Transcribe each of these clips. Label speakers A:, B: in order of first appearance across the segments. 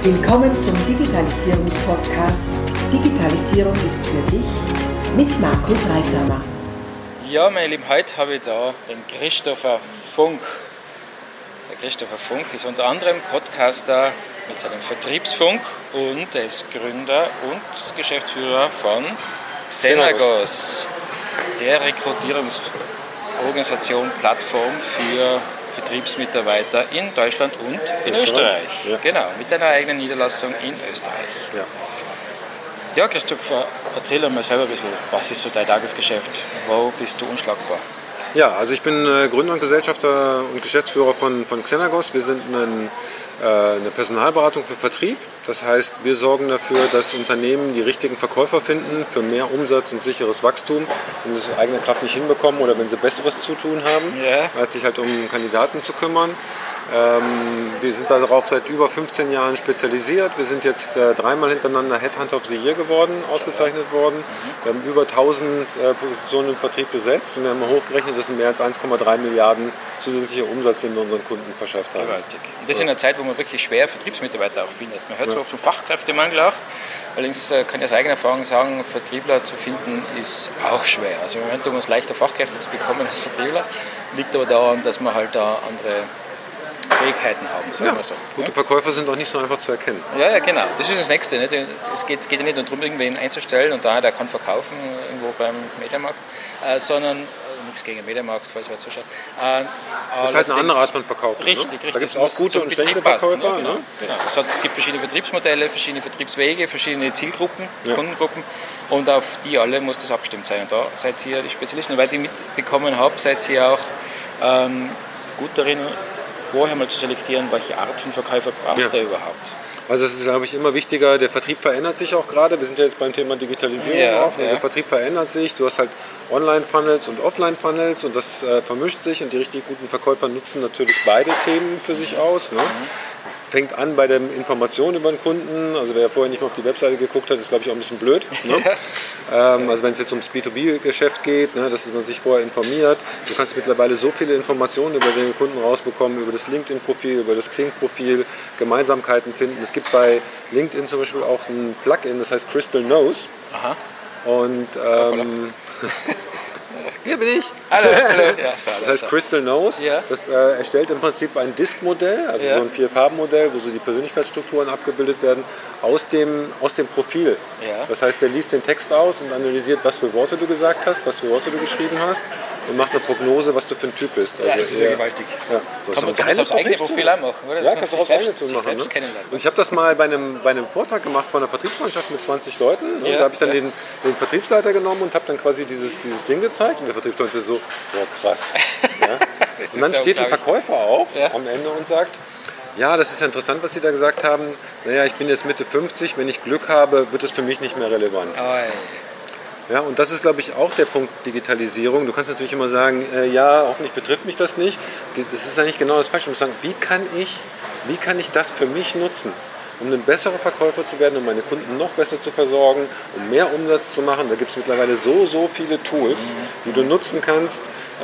A: Willkommen zum Digitalisierungspodcast Digitalisierung ist für dich mit Markus Reitsamer.
B: Ja, meine Lieben, heute habe ich da den Christopher Funk. Der Christopher Funk ist unter anderem Podcaster mit seinem Vertriebsfunk und er ist Gründer und Geschäftsführer von Xenagos, der Rekrutierungsorganisation, Plattform für Vertriebsmitarbeiter in Deutschland und in Österreich. Ja. Genau, mit einer eigenen Niederlassung in Österreich. Ja, Christopher, erzähl einmal selber ein bisschen, was ist so dein Tagesgeschäft? Wo bist du unschlagbar?
C: Ja, also ich bin Gründer und Gesellschafter und Geschäftsführer von Xenagos. Wir sind eine Personalberatung für Vertrieb. Das heißt, wir sorgen dafür, dass Unternehmen die richtigen Verkäufer finden für mehr Umsatz und sicheres Wachstum, wenn sie es aus eigener Kraft nicht hinbekommen oder wenn sie Besseres zu tun haben, als sich halt um Kandidaten zu kümmern. Wir sind darauf seit über 15 Jahren spezialisiert. Wir sind jetzt dreimal hintereinander Headhunter of the Year geworden, ausgezeichnet worden. Wir haben über 1000 Positionen im Vertrieb besetzt und wir haben hochgerechnet, das sind mehr als 1,3 Milliarden zusätzlicher Umsatz, den wir unseren Kunden verschafft haben.
B: Gewaltig. Und das in einer Zeit, wo man wirklich schwer Vertriebsmitarbeiter auch findet. Man hört zwar vom Fachkräftemangel auch, allerdings kann ich aus eigener Erfahrung sagen, Vertriebler zu finden ist auch schwer. Also im Moment tun wir es leichter, Fachkräfte zu bekommen als Vertriebler, liegt aber daran, dass wir halt da andere Fähigkeiten haben, sagen wir so.
C: Gute Verkäufer sind auch nicht so einfach zu erkennen.
B: Ja, genau. Das ist das Nächste. Nicht? Es geht ja nicht nur darum, irgendwen einzustellen und der kann verkaufen irgendwo beim Mediamarkt, sondern nichts gegen den Mediamarkt, falls wer zuschaut.
C: Das ist halt eine andere Art von Verkauf.
B: Richtig.
C: Da gibt es auch gute und schlechte Verkäufer.
B: Genau. Es gibt verschiedene Vertriebsmodelle, verschiedene Vertriebswege, verschiedene Zielgruppen, Kundengruppen und auf die alle muss das abgestimmt sein. Und da seid ihr die Spezialisten. Und weil ich mitbekommen habe, seid ihr auch gut darin, vorher mal zu selektieren, welche Art von Verkäufer braucht er überhaupt.
C: Also es ist, glaube ich, immer wichtiger, der Vertrieb verändert sich auch gerade. Wir sind ja jetzt beim Thema Digitalisierung auch. Der Vertrieb verändert sich. Du hast halt Online-Funnels und Offline-Funnels und das vermischt sich und die richtig guten Verkäufer nutzen natürlich beide Themen für sich aus. Ne? Fängt an bei der Information über den Kunden. Also wer ja vorher nicht mal auf die Webseite geguckt hat, ist, glaube ich, auch ein bisschen blöd. Ne? Also wenn es jetzt ums B2B-Geschäft geht, ne, dass man sich vorher informiert. Du kannst mittlerweile so viele Informationen über den Kunden rausbekommen, über das LinkedIn-Profil, über das Xing-Profil, Gemeinsamkeiten finden. Es gibt bei LinkedIn zum Beispiel auch ein Plugin, das heißt Crystal Knows.
B: Aha.
C: Und hier bin ich.
B: Hallo. Ja,
C: das heißt Crystal Knows.
B: Ja.
C: Das erstellt im Prinzip ein Disk-Modell, also so ein 4-Farben-Modell, wo so die Persönlichkeitsstrukturen abgebildet werden aus dem Profil.
B: Ja.
C: Das heißt, der liest den Text aus und analysiert, was für Worte du gesagt hast, was für Worte du geschrieben hast und macht eine Prognose, was du für ein Typ bist. Also
B: das ist ja gewaltig.
C: Ja.
B: Kann man das aufs eigene Profil auch machen, oder?
C: Ja, kannst du aufs eigene Tool machen.
B: Selbst kennenlernen.
C: Und ich habe das mal bei einem Vortrag gemacht von einer Vertriebsmannschaft mit 20 Leuten. Ne? Da habe ich dann den Vertriebsleiter genommen und habe dann quasi dieses Ding gezeigt. Und der Vertriebsleiter so, boah, krass. Ja? Und dann steht ein Verkäufer auf am Ende und sagt, ja, das ist ja interessant, was Sie da gesagt haben. Naja, ich bin jetzt Mitte 50, wenn ich Glück habe, wird es für mich nicht mehr relevant. Ja, und das ist, glaube ich, auch der Punkt Digitalisierung. Du kannst natürlich immer sagen, ja, hoffentlich betrifft mich das nicht. Das ist eigentlich genau das Falsche. Du musst sagen, wie kann ich das für mich nutzen? Um ein besserer Verkäufer zu werden, um meine Kunden noch besser zu versorgen, um mehr Umsatz zu machen. Da gibt es mittlerweile so viele Tools, die du nutzen kannst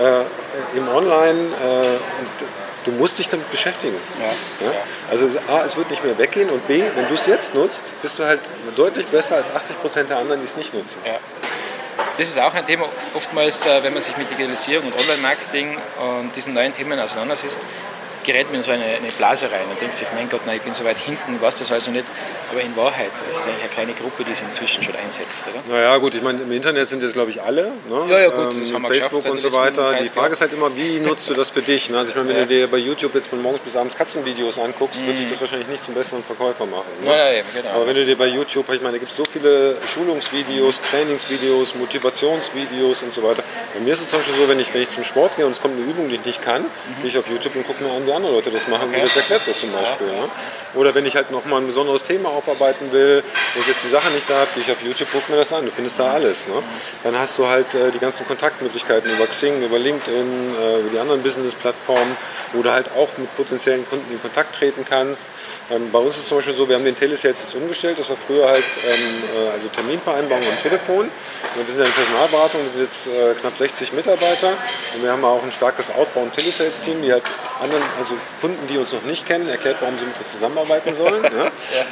C: im Online. Und du musst dich damit beschäftigen. Ja? Also A, es wird nicht mehr weggehen und B, wenn du es jetzt nutzt, bist du halt deutlich besser als 80% der anderen, die es nicht nutzen.
B: Ja. Das ist auch ein Thema, oftmals, wenn man sich mit Digitalisierung und Online-Marketing und diesen neuen Themen auseinandersetzt, gerät man in so eine Blase rein und denkt sich, mein Gott, nein, ich bin so weit hinten, weiß das also nicht. Aber in Wahrheit ist es eigentlich eine kleine Gruppe, die es inzwischen schon einsetzt, oder?
C: Naja, gut, ich meine, im Internet sind jetzt, glaube ich, alle. Ne?
B: Ja, gut, das haben wir
C: Facebook
B: geschafft,
C: und so weiter. Die Frage ist halt immer, wie nutzt du das für dich? Ne? Also ich meine, wenn du dir bei YouTube jetzt von morgens bis abends Katzenvideos anguckst, wird dich das wahrscheinlich nicht zum besseren Verkäufer machen. Ne?
B: Ja, eben, genau.
C: Aber wenn du dir bei YouTube, ich meine, da gibt es so viele Schulungsvideos, Trainingsvideos, Motivationsvideos und so weiter. Bei mir ist es zum Beispiel so, wenn ich zum Sport gehe und es kommt eine Übung, die ich nicht kann, gehe ich auf YouTube und gucke mir an, wie andere Leute das machen, wie das erklärt wird zum Beispiel. Ne? Oder wenn ich halt nochmal ein besonderes Thema aufarbeiten will, wo ich jetzt die Sache nicht da habe, gehe ich auf YouTube, guck mir das an, du findest da alles. Ne? Dann hast du halt die ganzen Kontaktmöglichkeiten über Xing, über LinkedIn, über die anderen Business-Plattformen, wo du halt auch mit potenziellen Kunden in Kontakt treten kannst. Bei uns ist es zum Beispiel so, wir haben den Telesales jetzt umgestellt, das war früher halt also Terminvereinbarung am Telefon. Wir sind ja in der Personalberatung, wir sind jetzt knapp 60 Mitarbeiter und wir haben auch ein starkes Outbound-Telesales-Team, die halt also Kunden, die uns noch nicht kennen, erklärt, warum sie mit uns zusammenarbeiten sollen. Ne?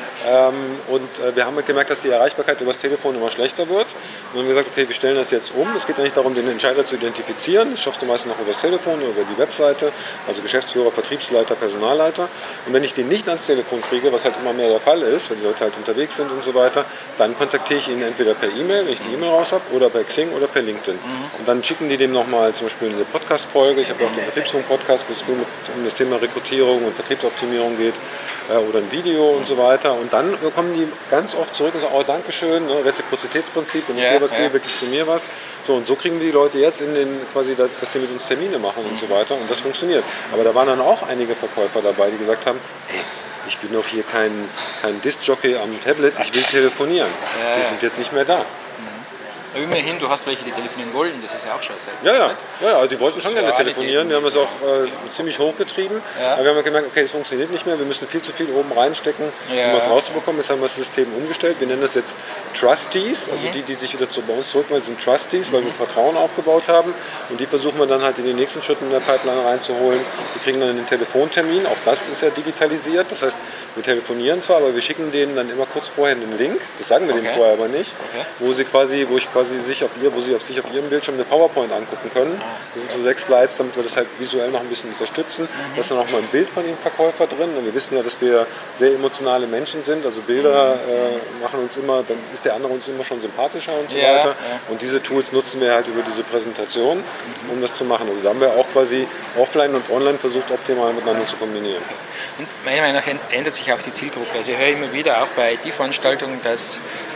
C: Wir haben halt gemerkt, dass die Erreichbarkeit über das Telefon immer schlechter wird. Und dann haben wir gesagt, okay, wir stellen das jetzt um. Es geht ja nicht darum, den Entscheider zu identifizieren. Das schaffst du meistens noch über das Telefon oder über die Webseite, also Geschäftsführer, Vertriebsleiter, Personalleiter. Und wenn ich den nicht ans Telefon kriege, was halt immer mehr der Fall ist, weil die Leute halt unterwegs sind und so weiter, dann kontaktiere ich ihn entweder per E-Mail, wenn ich die E-Mail raus habe, oder per Xing oder per LinkedIn. Und dann schicken die dem nochmal zum Beispiel eine Podcast-Folge. Ich habe auch den Vertriebsfunk-Podcast, wo es um das Thema Rekrutierung und Vertriebsoptimierung geht, oder ein Video und so weiter. Und dann kommen die ganz oft zurück und sagen, oh, Dankeschön, ne, Reziprozitätsprinzip, wenn ich dir was gebe, gibst du mir was. So, und so kriegen die Leute jetzt quasi, dass die mit uns Termine machen und so weiter. Und das funktioniert. Aber da waren dann auch einige Verkäufer dabei, die gesagt haben, hey, ich bin doch hier kein Disc-Jockey am Tablet, ich will telefonieren. Die sind jetzt nicht mehr da.
B: Aber immerhin, du hast welche, die telefonieren wollen, das ist ja auch scheiße.
C: Ja, also die wollten schon gerne telefonieren, wir haben das auch ziemlich hochgetrieben, aber wir haben gemerkt, okay, es funktioniert nicht mehr, wir müssen viel zu viel oben reinstecken, um was rauszubekommen. Jetzt haben wir das System umgestellt, wir nennen das jetzt Trustees, also die sich wieder bei uns zurückmelden, sind Trustees, weil wir Vertrauen aufgebaut haben, und die versuchen wir dann halt in den nächsten Schritten in der Pipeline reinzuholen. Wir kriegen dann einen Telefontermin, auch das ist ja digitalisiert, das heißt, wir telefonieren zwar, aber wir schicken denen dann immer kurz vorher einen Link, das sagen wir denen vorher aber nicht, wo sie sich auf ihrem Bildschirm eine PowerPoint angucken können. Das sind so 6 Slides, damit wir das halt visuell noch ein bisschen unterstützen. Da ist dann auch mal ein Bild von dem Verkäufer drin. Und wir wissen ja, dass wir sehr emotionale Menschen sind. Also Bilder machen uns immer, dann ist der andere uns immer schon sympathischer und so weiter. Und diese Tools nutzen wir halt über diese Präsentation, um das zu machen. Also da haben wir auch quasi offline und online versucht, optimal miteinander zu kombinieren.
B: Und meiner Meinung nach ändert sich auch die Zielgruppe. Also ich höre immer wieder auch bei IT-Veranstaltungen, dass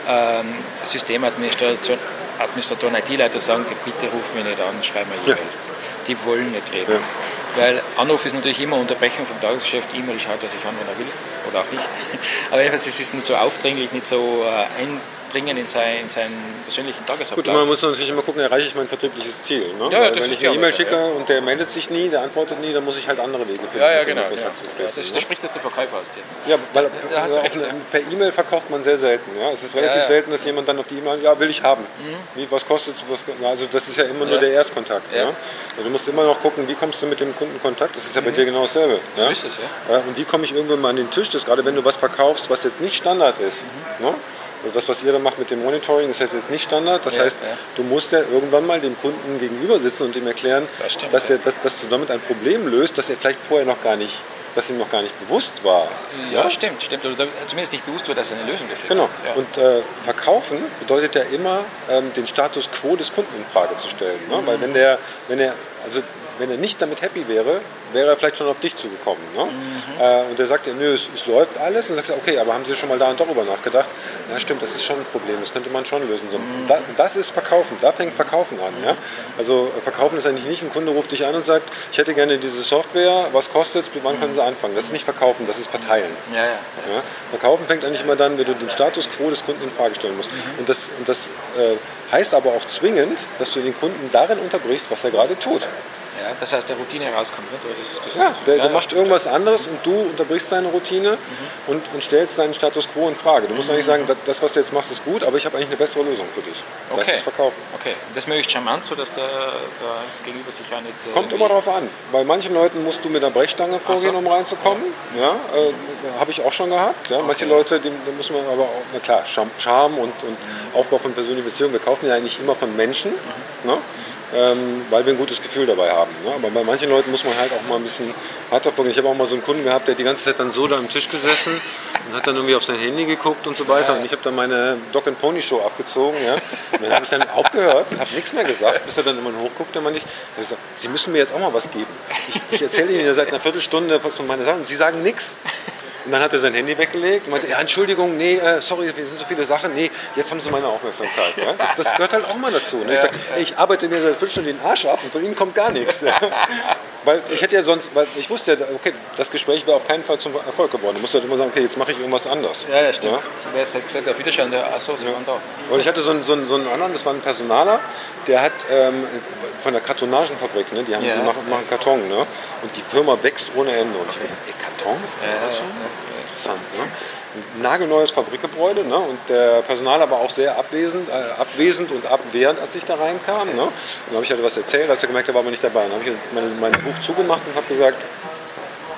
B: Systemadministratoren, IT-Leiter sagen, bitte ruf mich nicht an, schreib mir E-Mail. Die wollen nicht reden. Ja. Weil Anruf ist natürlich immer Unterbrechung vom Tagesgeschäft, E-Mail schaut er sich an, wenn er will oder auch nicht. Aber jedenfalls es ist nicht so aufdringlich, nicht so eindringen in seinen persönlichen Tagesablauf.
C: Gut, man muss natürlich immer gucken, erreiche ich mein vertriebliches Ziel. Ne?
B: Ja,
C: wenn ich eine E-Mail schicke und der meldet sich nie, der antwortet nie, dann muss ich halt andere Wege finden.
B: Ja, genau. Das spricht das der Verkäufer aus dir.
C: Ja, weil per E-Mail verkauft man sehr selten. Ja? Es ist relativ selten, dass jemand dann auf die E-Mail, will ich haben. Was kostet es? Also das ist ja immer nur der Erstkontakt. Ja? Also du musst immer noch gucken, wie kommst du mit dem Kunden in Kontakt. Das ist ja bei dir genau dasselbe. Ja?
B: So ist es, ja.
C: Und wie komme ich irgendwann mal an den Tisch, gerade wenn du was verkaufst, was jetzt nicht Standard ist. Ne? Also das, was ihr da macht mit dem Monitoring, das heißt jetzt nicht Standard. Das heißt, du musst ja irgendwann mal dem Kunden gegenüber sitzen und ihm erklären, dass du damit ein Problem löst, das er vielleicht vorher noch gar nicht, das ihm noch gar nicht bewusst war.
B: Ja, stimmt. Oder zumindest nicht bewusst war, dass er eine Lösung dafür
C: hat.
B: Ja.
C: Und verkaufen bedeutet ja immer, den Status quo des Kunden in Frage zu stellen. Ne? Weil wenn er nicht damit happy wäre, wäre er vielleicht schon auf dich zugekommen. Ne? Und er sagt dir, nö, es läuft alles. Und dann sagst du, okay, aber haben Sie schon mal da und darüber nachgedacht? Ja, stimmt, das ist schon ein Problem, das könnte man schon lösen. Das ist Verkaufen, da fängt Verkaufen an. Ja? Also Verkaufen ist eigentlich nicht, ein Kunde ruft dich an und sagt, ich hätte gerne diese Software, was kostet es, bis wann können Sie anfangen? Das ist nicht Verkaufen, das ist Verteilen. Ja? Verkaufen fängt eigentlich immer dann, wenn du den Status quo des Kunden in Frage stellen musst. Und das heißt aber auch zwingend, dass du den Kunden darin unterbrichst, was er gerade tut.
B: Ja, das heißt, der Routine rauskommt.
C: Der macht irgendwas anderes und du unterbrichst seine Routine und stellst seinen Status quo in Frage. Du musst eigentlich sagen, das, was du jetzt machst, ist gut, aber ich habe eigentlich eine bessere Lösung für dich. Das ist Verkaufen.
B: Okay, das möglichst charmant, sodass das Gegenüber sich ja nicht...
C: Kommt immer darauf an. Bei manchen Leuten musst du mit der Brechstange vorgehen, um reinzukommen. Ja, habe ich auch schon gehabt. Ja. Manche Leute, da muss man aber auch, na klar, Charme und Aufbau von persönlichen Beziehungen. Wir kaufen ja eigentlich immer von Menschen. Ne? Weil wir ein gutes Gefühl dabei haben. Ne? Aber bei manchen Leuten muss man halt auch mal ein bisschen härter vorgehen. Ich habe auch mal so einen Kunden gehabt, der die ganze Zeit dann so da am Tisch gesessen und hat dann irgendwie auf sein Handy geguckt und so weiter. Und ich habe dann meine Dog and Pony Show abgezogen. Ja? Und dann habe ich dann aufgehört und habe nichts mehr gesagt, bis er dann immer hochguckte. Und ich habe gesagt, Sie müssen mir jetzt auch mal was geben. Ich erzähle Ihnen seit einer Viertelstunde was von meiner Sache und Sie sagen nichts. Und dann hat er sein Handy weggelegt und meinte, ja, Entschuldigung, nee, sorry, wir sind so viele Sachen, nee, jetzt haben Sie meine Aufmerksamkeit. Ja? Das gehört halt auch mal dazu. Ne? Ich arbeite mir seit 5 Stunden den Arsch ab und von Ihnen kommt gar nichts. Ja? Weil ich wusste ja, okay, das Gespräch wäre auf keinen Fall zum Erfolg geworden. Du musst halt immer sagen, okay, jetzt mache ich irgendwas anders.
B: Ja, stimmt. Ja? Ich habe jetzt gesagt, auf Wiederschauen, achso, Sie waren da.
C: Und ich hatte so einen anderen, das war ein Personaler, der hat von der Kartonagenfabrik, ne, die machen Karton, ne? Und die Firma wächst ohne Ende. Und ich habe gedacht, Kartons? Das schon? Interessant, ne? Ein nagelneues Fabrikgebäude, ne? Und der Personaler war auch sehr abwesend und abwehrend, als ich da reinkam. Ne? Und dann habe ich halt was erzählt, als er gemerkt hat, er war aber nicht dabei. Dann habe ich mein Buch zugemacht und habe gesagt,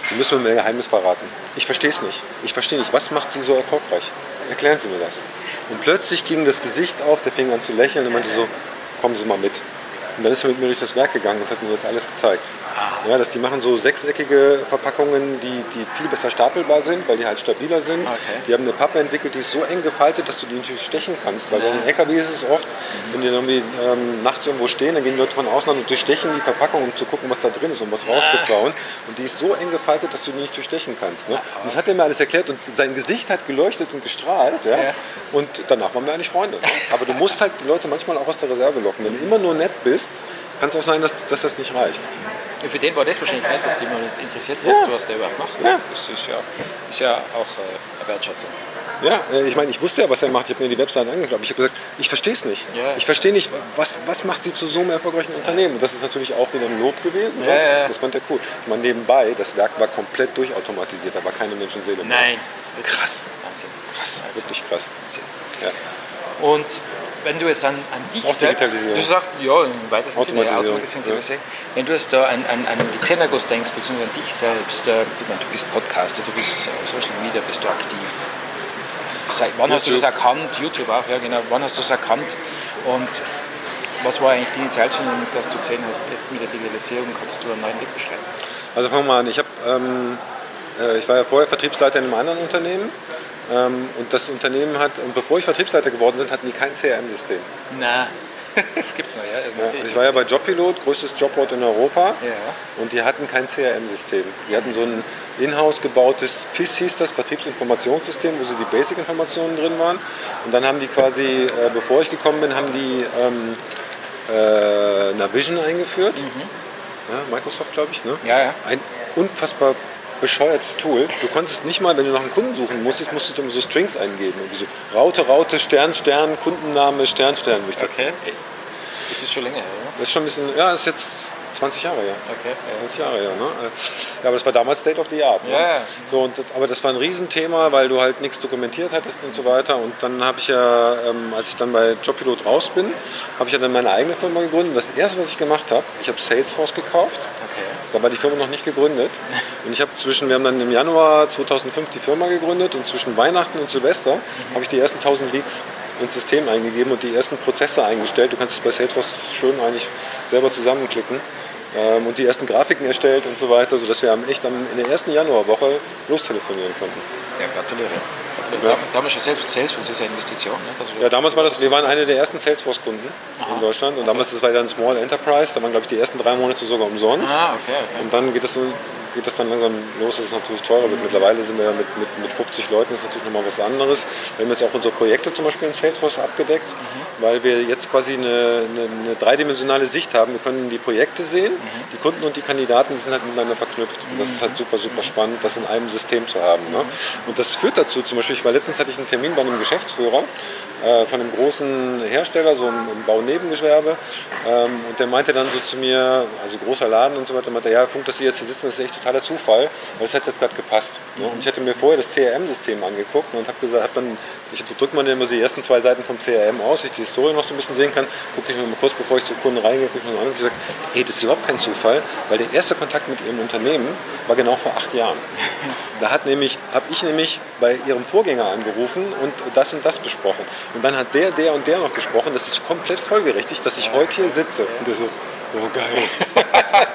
C: Sie müssen mir ein Geheimnis verraten. Ich verstehe es nicht. Ich verstehe nicht. Was macht Sie so erfolgreich? Erklären Sie mir das. Und plötzlich ging das Gesicht auf, der fing an zu lächeln und meinte so, kommen Sie mal mit. Und dann ist er mit mir durch das Werk gegangen und hat mir das alles gezeigt. Ja, die machen so sechseckige Verpackungen, die viel besser stapelbar sind, weil die halt stabiler sind.
B: Okay.
C: Die haben eine Pappe entwickelt, die ist so eng gefaltet, dass du die nicht stechen kannst. Weil bei den LKWs ist es oft, wenn die irgendwie nachts irgendwo stehen, dann gehen die Leute von außen an und durchstechen die Verpackung, um zu gucken, was da drin ist, um was rauszuklauen. Und die ist so eng gefaltet, dass du die nicht durchstechen kannst. Ne? Und das hat er mir alles erklärt und sein Gesicht hat geleuchtet und gestrahlt. Ja? Und danach waren wir eigentlich Freunde. Ne? Aber du musst halt die Leute manchmal auch aus der Reserve locken. Wenn du immer nur nett bist, kann es auch sein, dass das nicht reicht.
B: Ja, für den war das wahrscheinlich nicht, dass die mal interessiert ist, was der überhaupt macht.
C: Ja.
B: Das ist ja auch eine Wertschätzung.
C: Ja, ich meine, ich wusste ja, was er macht. Ich habe mir die Webseite angeschaut. Ich habe gesagt, ich verstehe es nicht.
B: Ja.
C: Ich verstehe nicht, was macht sie zu so einem erfolgreichen Unternehmen? Und das ist natürlich auch wieder ein Lob gewesen.
B: Ja, ja.
C: Das fand er cool. Ich meine, nebenbei, das Werk war komplett durchautomatisiert. Da war keine Menschenseele mehr.
B: Nein.
C: Krass.
B: Wahnsinn.
C: Krass. Wirklich krass.
B: Wahnsinn.
C: Ja.
B: Und wenn du jetzt an dich
C: auch
B: selbst, du sagst, ja, im weitesten Sinne,
C: Automatisierung.
B: Wenn du jetzt da an die Xenagos denkst, beziehungsweise an dich selbst, du bist Podcaster, du bist Social Media, bist du aktiv. Wann hast du das erkannt? YouTube auch, ja genau. Wann hast du das erkannt? Und was war eigentlich die Initialzündung, dass du gesehen hast, jetzt mit der Digitalisierung kannst du einen neuen Weg beschreiben?
C: Also fangen wir mal an. Ich war ja vorher Vertriebsleiter in einem anderen Unternehmen. Und das Unternehmen und bevor ich Vertriebsleiter geworden bin, hatten die kein CRM-System.
B: Na, das gibt's noch, ja.
C: Also ich war ja bei Jobpilot, größtes Jobboard in Europa.
B: Ja.
C: Und die hatten kein CRM-System. Die hatten so ein in-house gebautes FIS hieß das, Vertriebsinformationssystem, wo so die Basic-Informationen drin waren. Und dann haben die quasi, bevor ich gekommen bin, haben die Navision eingeführt. Ja, Microsoft, glaube ich. Ne?
B: Ja.
C: Ein unfassbar bescheuertes Tool. Du konntest nicht mal, wenn du nach einem Kunden suchen musstest du immer so Strings eingeben. Und so Raute, Stern, Kundenname, Stern.
B: Okay. Das ist schon länger her, oder?
C: Das ist schon ein bisschen, ja, das ist jetzt 20 Jahre her.
B: Okay.
C: 20 Jahre her, ne? Ja, aber das war damals State of the Art. Ne?
B: Ja.
C: So, aber das war ein Riesenthema, weil du halt nichts dokumentiert hattest und so weiter. Und dann habe ich ja, als ich dann bei Jobpilot raus bin, habe ich ja dann meine eigene Firma gegründet. Das erste, was ich gemacht habe, ich habe Salesforce gekauft.
B: Okay.
C: Da war die Firma noch nicht gegründet. Und wir haben dann im Januar 2005 die Firma gegründet und zwischen Weihnachten und Silvester habe ich die ersten 1000 Leads ins System eingegeben und die ersten Prozesse eingestellt. Du kannst es bei Salesforce schön eigentlich selber zusammenklicken. Und die ersten Grafiken erstellt und so weiter, sodass wir in der ersten Januarwoche lostelefonieren konnten.
B: Ja, gratuliere. Ja. Damals schon Salesforce ist eine Investition. Ne?
C: Ja, damals wir waren eine der ersten Salesforce-Kunden in Deutschland und damals das war ja ein Small Enterprise, da waren glaube ich die ersten 3 Monate sogar umsonst.
B: Okay.
C: Und dann geht das dann langsam los, dass es natürlich teurer wird. Mittlerweile sind wir ja mit 50 Leuten, das ist natürlich nochmal was anderes. Wir haben jetzt auch unsere Projekte zum Beispiel in Salesforce abgedeckt, weil wir jetzt quasi eine dreidimensionale Sicht haben. Wir können die Projekte sehen, die Kunden und die Kandidaten, die sind halt miteinander verknüpft. Und das ist halt super, super spannend, das in einem System zu haben. Ne? Und das führt dazu, zum Beispiel, letztens hatte ich einen Termin bei einem Geschäftsführer von einem großen Hersteller, so im Baunebengewerbe. Und der meinte dann so zu mir, also großer Laden und so weiter, meinte, ja, Funk, dass Sie jetzt hier sitzen, das ist echt totaler Zufall, weil es hat jetzt gerade gepasst. Ne? Und ich hatte mir vorher das CRM-System angeguckt und habe gesagt, ich drücke mal immer so die ersten 2 Seiten vom CRM aus, ich die Historie noch so ein bisschen sehen kann, gucke ich mir mal kurz, bevor ich zum Kunden reingehe, gucke ich mir mal an und gesagt, hey, das ist überhaupt kein Zufall, weil der erste Kontakt mit Ihrem Unternehmen war genau vor 8 Jahren. Da habe ich nämlich bei Ihrem Vorgänger angerufen und das besprochen. Und dann hat der und der noch gesprochen. Das ist komplett folgerichtig, dass ich heute hier sitze. Und der so, oh geil.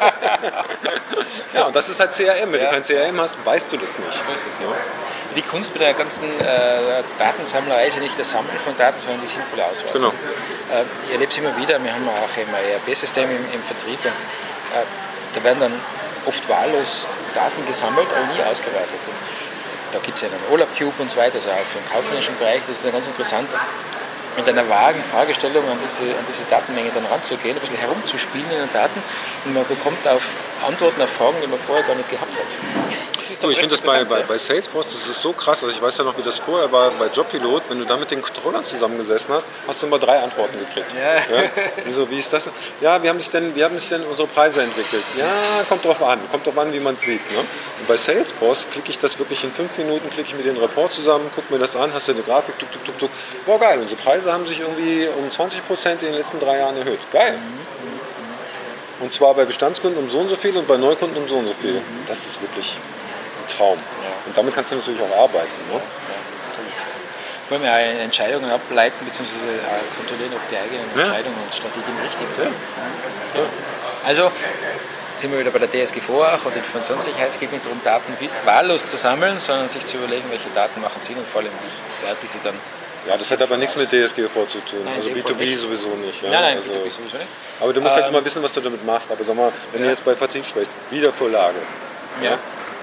C: Ja, und das ist halt CRM. Wenn du kein CRM hast, weißt du das nicht.
B: So ist es, ja. Die Kunst bei der ganzen Datensammlerei ist ja nicht das Sammeln von Daten, sondern die sinnvolle Auswahl.
C: Genau.
B: Ich erlebe es immer wieder. Wir haben auch ein ERP-System im Vertrieb und da werden dann oft wahllos Daten gesammelt, aber nie ausgewertet. Und da gibt es ja einen Olap Cube und so weiter, also auch für den kaufmännischen Bereich. Das ist dann ganz interessant, mit einer vagen Fragestellung an diese Datenmenge dann ranzugehen, ein bisschen herumzuspielen in den Daten und man bekommt auf Antworten auf Fragen, die man vorher gar nicht gehabt hat.
C: Ich finde das bei Salesforce, das ist so krass, also ich weiß ja noch, wie das vorher war bei Jobpilot, wenn du da mit den Controllern zusammengesessen hast du immer 3 Antworten gekriegt. Ja. Wieso, wie ist das? Ja, wie haben sich denn unsere Preise entwickelt? Ja, kommt drauf an, wie man es sieht. Ne? Und bei Salesforce klicke ich das wirklich in 5 Minuten, klicke ich mir den Report zusammen, gucke mir das an, hast du eine Grafik, tuk. Boah, geil, unsere Preise haben sich irgendwie um 20% in den letzten 3 Jahren erhöht. Geil. Und zwar bei Bestandskunden um so und so viel und bei Neukunden um so und so viel. Das ist wirklich Traum. Ja. Und damit kannst du natürlich auch arbeiten. Ne? Ja,
B: vor allem auch Entscheidungen ableiten bzw. kontrollieren, ob die eigenen Entscheidungen und Strategien richtig sind. Ja. Also sind wir wieder bei der DSGVO auch oder Informationssicherheit. Es geht nicht darum, Daten wahllos zu sammeln, sondern sich zu überlegen, welche Daten machen Sinn und vor allem, wie werte sie dann.
C: Ja, das hat aber nichts mit DSGVO zu tun. Nein, also B2B sowieso nicht. Ja?
B: Nein,
C: also,
B: B2B sowieso nicht.
C: Aber du musst halt immer wissen, was du damit machst. Aber sag mal, wenn du jetzt bei Vertrieb sprichst, Wiedervorlage. Ja.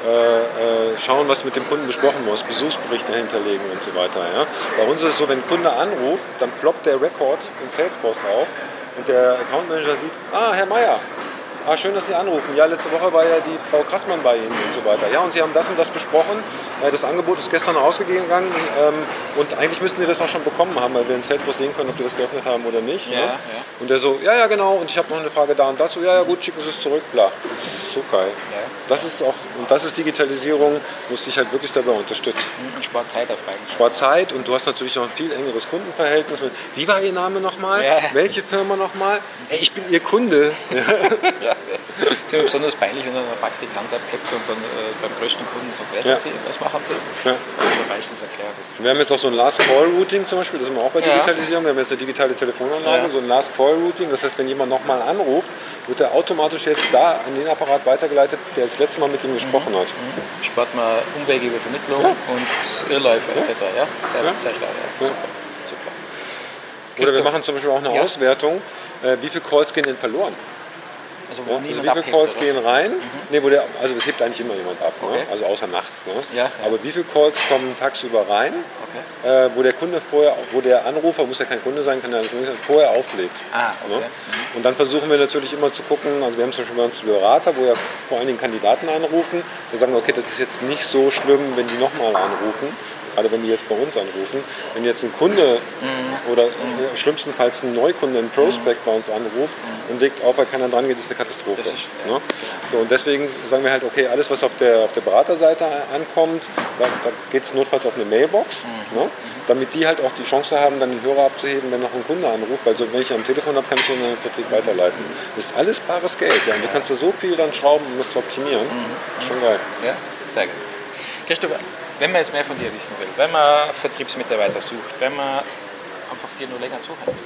C: Schauen, was mit dem Kunden besprochen muss, Besuchsberichte hinterlegen und so weiter. Ja? Bei uns ist es so, wenn ein Kunde anruft, dann ploppt der Record in Salesforce auf und der Account Manager sieht, Herr Meier, schön, dass Sie anrufen. Ja, letzte Woche war ja die Frau Krassmann bei Ihnen und so weiter. Ja, und Sie haben das und das besprochen. Das Angebot ist gestern rausgegangen und eigentlich müssten Sie das auch schon bekommen haben, weil wir in Salesforce sehen können, ob Sie das geöffnet haben oder nicht.
B: Ja,
C: ne? Und der so, ja, genau, und ich habe noch eine Frage da und dazu. Ja, gut, schicken Sie es zurück, bla. Das ist so geil. Ja. Das ist auch, und das ist Digitalisierung, muss dich halt wirklich dabei unterstützen.
B: Und spart Zeit auf beiden Seiten.
C: Spart Zeit und du hast natürlich noch ein viel engeres Kundenverhältnis. Wie war Ihr Name nochmal? Ja. Welche Firma nochmal? Ey, ich bin Ihr Kunde.
B: Ja. Das ist immer besonders peinlich, wenn dann ein Praktikant abhebt und dann beim größten Kunden sagt, wer sind Sie, was machen Sie? Ja. Also meistens erklärt das.
C: Wir haben jetzt auch so ein Last-Call-Routing zum Beispiel, das sind wir auch bei Digitalisierung. Wir haben jetzt eine digitale Telefonanlage, so ein Last-Call-Routing. Das heißt, wenn jemand nochmal anruft, wird er automatisch jetzt da an den Apparat weitergeleitet, der das letzte Mal mit ihm gesprochen hat.
B: Spart man Umwege über Vermittlung und Irrläufe etc. Ja? Sehr schlau. Ja. Super.
C: Oder wir machen zum Beispiel auch eine Auswertung, wie viele Calls gehen denn verloren?
B: Also,
C: wie viele Calls gehen rein? Nee, also das hebt eigentlich immer jemand ab, ne? Also außer nachts. Ne? Ja. Aber wie viele Calls kommen tagsüber rein, wo der Kunde wo der Anrufer, muss ja kein Kunde sein, kann ja alles vorher auflegt. Ne? Und dann versuchen wir natürlich immer zu gucken, also wir haben zum Beispiel bei uns Berater, wo ja vor allen Dingen Kandidaten anrufen, da sagen wir, okay, das ist jetzt nicht so schlimm, wenn die nochmal anrufen. Gerade wenn die jetzt bei uns anrufen, wenn jetzt ein Kunde oder schlimmstenfalls ein Neukunde, ein Prospect bei uns anruft und legt auf, weil keiner dran geht, ist eine Katastrophe. Ne? So, und deswegen sagen wir halt, okay, alles was auf der Beraterseite ankommt, da geht es notfalls auf eine Mailbox, ne? Damit die halt auch die Chance haben, dann den Hörer abzuheben, wenn noch ein Kunde anruft, weil so, wenn ich am Telefon habe, kann ich ihn in den Vertrieb weiterleiten. Das ist alles bares Geld, ja. Und du kannst da so viel dann schrauben, um das zu optimieren. Schon geil.
B: Ja, sehr gut. Christoph, wenn man jetzt mehr von dir wissen will, wenn man Vertriebsmitarbeiter sucht, wenn man einfach dir nur länger zuhören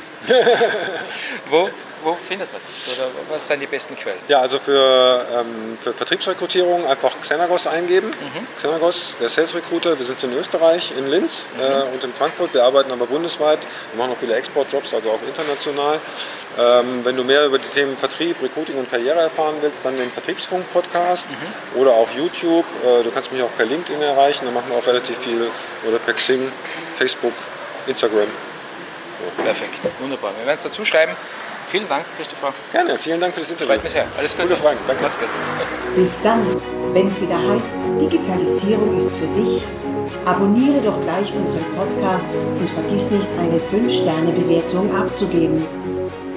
B: will, wo findet man dich? Oder was sind die besten Quellen?
C: Ja, also für Vertriebsrekrutierung einfach Xenagos eingeben. Xenagos, der Sales Recruiter. Wir sind in Österreich, in Linz und in Frankfurt. Wir arbeiten aber bundesweit. Wir machen auch viele Exportjobs, also auch international. Wenn du mehr über die Themen Vertrieb, Recruiting und Karriere erfahren willst, dann den Vertriebsfunk-Podcast oder auch YouTube. Du kannst mich auch per LinkedIn erreichen, da machen wir auch relativ viel. Oder per Xing, Facebook, Instagram.
B: Ja. Perfekt, wunderbar. Wir werden es dazu schreiben. Vielen Dank, Christopher.
C: Gerne, vielen Dank für das Interview.
B: Freut mich sehr. Alles Gute.
C: Gute Fragen, danke.
B: Alles gut.
A: Bis dann, wenn es wieder heißt, Digitalisierung ist für dich. Abonniere doch gleich unseren Podcast und vergiss nicht, eine 5-Sterne-Bewertung abzugeben.